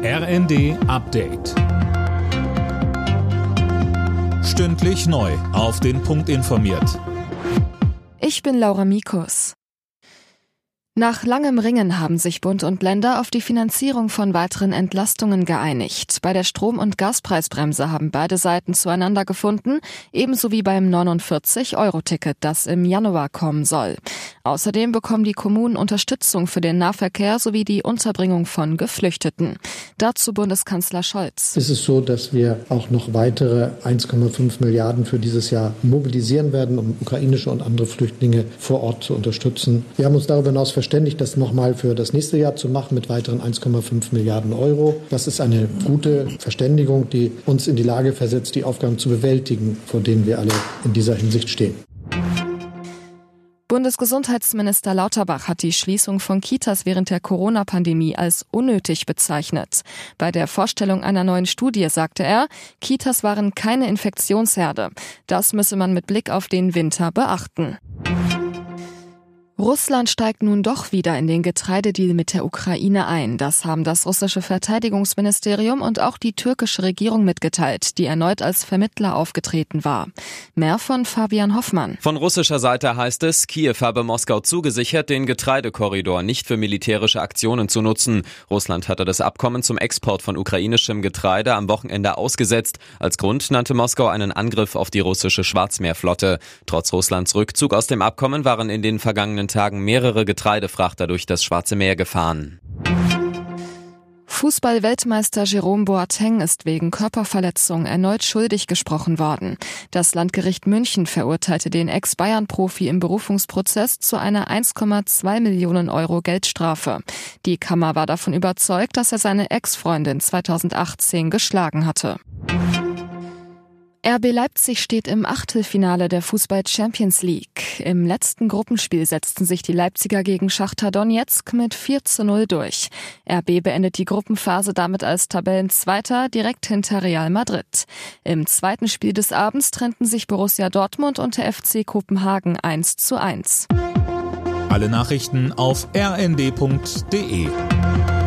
RND Update. Stündlich neu auf den Punkt informiert. Ich bin Laura Mikus. Nach langem Ringen haben sich Bund und Länder auf die Finanzierung von weiteren Entlastungen geeinigt. Bei der Strom- und Gaspreisbremse haben beide Seiten zueinander gefunden, ebenso wie beim 49-Euro-Ticket, das im Januar kommen soll. Außerdem bekommen die Kommunen Unterstützung für den Nahverkehr sowie die Unterbringung von Geflüchteten. Dazu Bundeskanzler Scholz. Es ist so, dass wir auch noch weitere 1,5 Milliarden für dieses Jahr mobilisieren werden, um ukrainische und andere Flüchtlinge vor Ort zu unterstützen. Wir haben uns darüber hinaus verständigt, das nochmal für das nächste Jahr zu machen mit weiteren 1,5 Milliarden Euro. Das ist eine gute Verständigung, die uns in die Lage versetzt, die Aufgaben zu bewältigen, vor denen wir alle in dieser Hinsicht stehen. Bundesgesundheitsminister Lauterbach hat die Schließung von Kitas während der Corona-Pandemie als unnötig bezeichnet. Bei der Vorstellung einer neuen Studie sagte er, Kitas waren keine Infektionsherde. Das müsse man mit Blick auf den Winter beachten. Russland steigt nun doch wieder in den Getreidedeal mit der Ukraine ein. Das haben das russische Verteidigungsministerium und auch die türkische Regierung mitgeteilt, die erneut als Vermittler aufgetreten war. Mehr von Fabian Hoffmann. Von russischer Seite heißt es, Kiew habe Moskau zugesichert, den Getreidekorridor nicht für militärische Aktionen zu nutzen. Russland hatte das Abkommen zum Export von ukrainischem Getreide am Wochenende ausgesetzt. Als Grund nannte Moskau einen Angriff auf die russische Schwarzmeerflotte. Trotz Russlands Rückzug aus dem Abkommen waren in den vergangenen Tagen mehrere Getreidefrachter durch das Schwarze Meer gefahren. Fußball-Weltmeister Jerome Boateng ist wegen Körperverletzung erneut schuldig gesprochen worden. Das Landgericht München verurteilte den Ex-Bayern-Profi im Berufungsprozess zu einer 1,2 Millionen Euro Geldstrafe. Die Kammer war davon überzeugt, dass er seine Ex-Freundin 2018 geschlagen hatte. RB Leipzig steht im Achtelfinale der Fußball-Champions League. Im letzten Gruppenspiel setzten sich die Leipziger gegen Schachtar Donezk mit 4:0 durch. RB beendet die Gruppenphase damit als Tabellenzweiter direkt hinter Real Madrid. Im zweiten Spiel des Abends trennten sich Borussia Dortmund und der FC Kopenhagen 1:1. Alle Nachrichten auf rnd.de.